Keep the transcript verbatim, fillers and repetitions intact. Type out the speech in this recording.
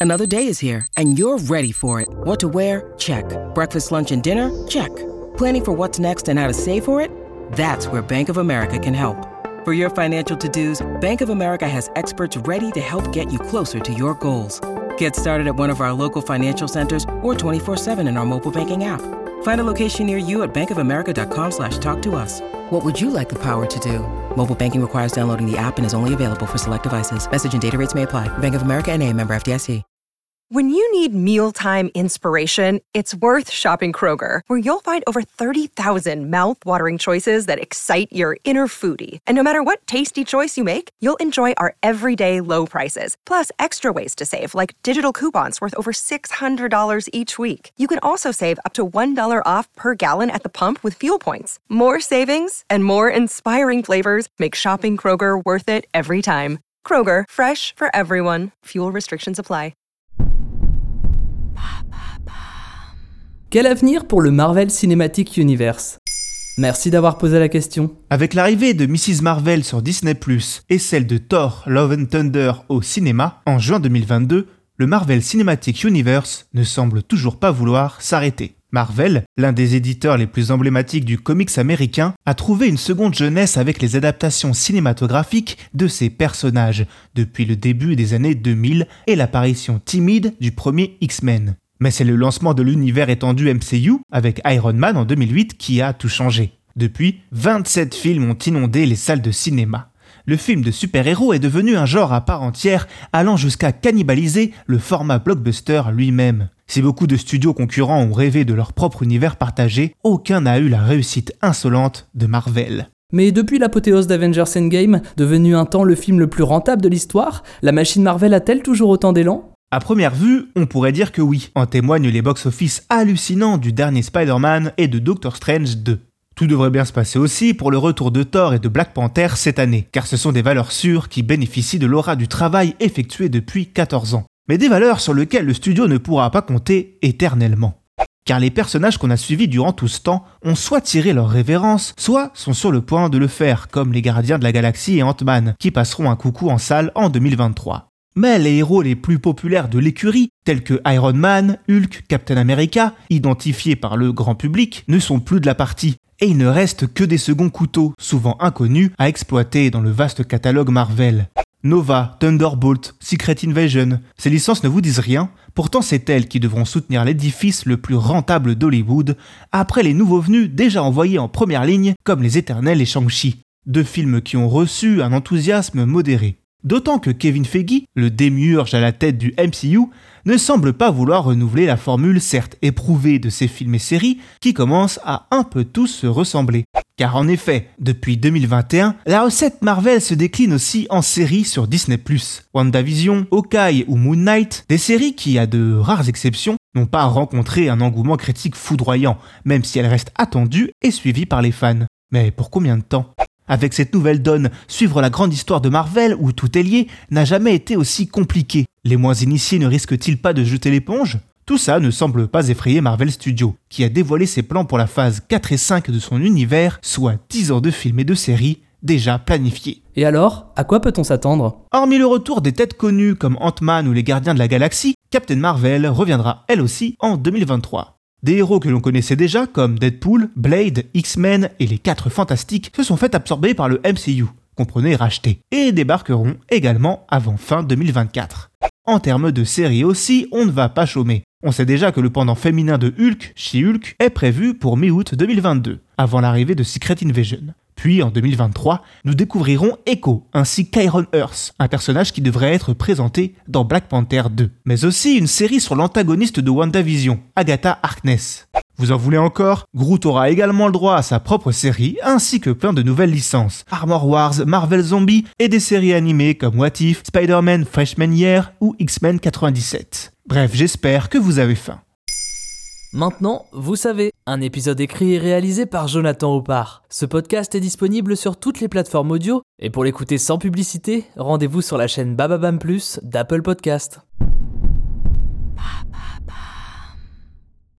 Another day is here, and you're ready for it. What to wear? Check. Breakfast, lunch, and dinner? Check. Planning for what's next and how to save for it? That's where Bank of America can help. For your financial to-dos, Bank of America has experts ready to help get you closer to your goals. Get started at one of our local financial centers or twenty-four seven in our mobile banking app. Find a location near you at bankofamerica.com slash talk to us. What would you like the power to do? Mobile banking requires downloading the app and is only available for select devices. Message and data rates may apply. Bank of America N A, member F D I C. When you need mealtime inspiration, it's worth shopping Kroger, where you'll find over thirty thousand mouth-watering choices that excite your inner foodie. And no matter what tasty choice you make, you'll enjoy our everyday low prices, plus extra ways to save, like digital coupons worth over six hundred dollars each week. You can also save up to one dollar off per gallon at the pump with fuel points. More savings and more inspiring flavors make shopping Kroger worth it every time. Kroger, fresh for everyone. Fuel restrictions apply. Quel avenir pour le Marvel Cinematic Universe ? Merci d'avoir posé la question. Avec l'arrivée de missus Marvel sur Disney plus, et celle de Thor Love and Thunder au cinéma en juin deux mille vingt-deux, le Marvel Cinematic Universe ne semble toujours pas vouloir s'arrêter. Marvel, l'un des éditeurs les plus emblématiques du comics américain, a trouvé une seconde jeunesse avec les adaptations cinématographiques de ses personnages, depuis le début des années deux mille et l'apparition timide du premier X-Men. Mais c'est le lancement de l'univers étendu M C U avec Iron Man en deux mille huit qui a tout changé. Depuis, vingt-sept films ont inondé les salles de cinéma. Le film de super-héros est devenu un genre à part entière, allant jusqu'à cannibaliser le format blockbuster lui-même. Si beaucoup de studios concurrents ont rêvé de leur propre univers partagé, aucun n'a eu la réussite insolente de Marvel. Mais depuis l'apothéose d'Avengers Endgame, devenu un temps le film le plus rentable de l'histoire, la machine Marvel a-t-elle toujours autant d'élan ? À première vue, on pourrait dire que oui. En témoignent les box-office hallucinants du dernier Spider-Man et de Doctor Strange deux. Tout devrait bien se passer aussi pour le retour de Thor et de Black Panther cette année, car ce sont des valeurs sûres qui bénéficient de l'aura du travail effectué depuis quatorze ans. Mais des valeurs sur lesquelles le studio ne pourra pas compter éternellement. Car les personnages qu'on a suivis durant tout ce temps ont soit tiré leur révérence, soit sont sur le point de le faire, comme les Gardiens de la Galaxie et Ant-Man, qui passeront un coucou en salle en deux mille vingt-trois. Mais les héros les plus populaires de l'écurie, tels que Iron Man, Hulk, Captain America, identifiés par le grand public, ne sont plus de la partie. Et il ne reste que des seconds couteaux, souvent inconnus, à exploiter dans le vaste catalogue Marvel. Nova, Thunderbolt, Secret Invasion, ces licences ne vous disent rien, pourtant c'est elles qui devront soutenir l'édifice le plus rentable d'Hollywood, après les nouveaux venus déjà envoyés en première ligne, comme Les Éternels et Shang-Chi. Deux films qui ont reçu un enthousiasme modéré. D'autant que Kevin Feige, le démiurge à la tête du M C U, ne semble pas vouloir renouveler la formule certes éprouvée de ses films et séries qui commencent à un peu tous se ressembler. Car en effet, depuis deux mille vingt et un, la recette Marvel se décline aussi en séries sur Disney plus. WandaVision, Hawkeye ou Moon Knight, des séries qui, à de rares exceptions, n'ont pas rencontré un engouement critique foudroyant, même si elles restent attendues et suivies par les fans. Mais pour combien de temps ? Avec cette nouvelle donne, suivre la grande histoire de Marvel, où tout est lié, n'a jamais été aussi compliqué. Les moins initiés ne risquent-ils pas de jeter l'éponge ? Tout ça ne semble pas effrayer Marvel Studios, qui a dévoilé ses plans pour la phase quatre et cinq de son univers, soit dix ans de films et de séries déjà planifiés. Et alors, à quoi peut-on s'attendre ? Hormis le retour des têtes connues comme Ant-Man ou les Gardiens de la Galaxie, Captain Marvel reviendra elle aussi en deux mille vingt-trois. Des héros que l'on connaissait déjà comme Deadpool, Blade, X-Men et les quatre Fantastiques se sont fait absorber par le M C U, comprenez racheter, et débarqueront également avant fin deux mille vingt-quatre. En termes de séries aussi, on ne va pas chômer. On sait déjà que le pendant féminin de Hulk, She-Hulk, est prévu pour mi-août deux mille vingt-deux, avant l'arrivée de Secret Invasion. Puis en deux mille vingt-trois, nous découvrirons Echo, ainsi qu'Iron Earth, un personnage qui devrait être présenté dans Black Panther deux. Mais aussi une série sur l'antagoniste de WandaVision, Agatha Harkness. Vous en voulez encore ? Groot aura également le droit à sa propre série, ainsi que plein de nouvelles licences. Armor Wars, Marvel Zombies et des séries animées comme What If, Spider-Man Freshman Year ou X-Men quatre-vingt-dix-sept. Bref, j'espère que vous avez faim. Maintenant, vous savez, un épisode écrit et réalisé par Jonathan Oppard. Ce podcast est disponible sur toutes les plateformes audio, et pour l'écouter sans publicité, rendez-vous sur la chaîne Bababam Plus d'Apple Podcast. Baba.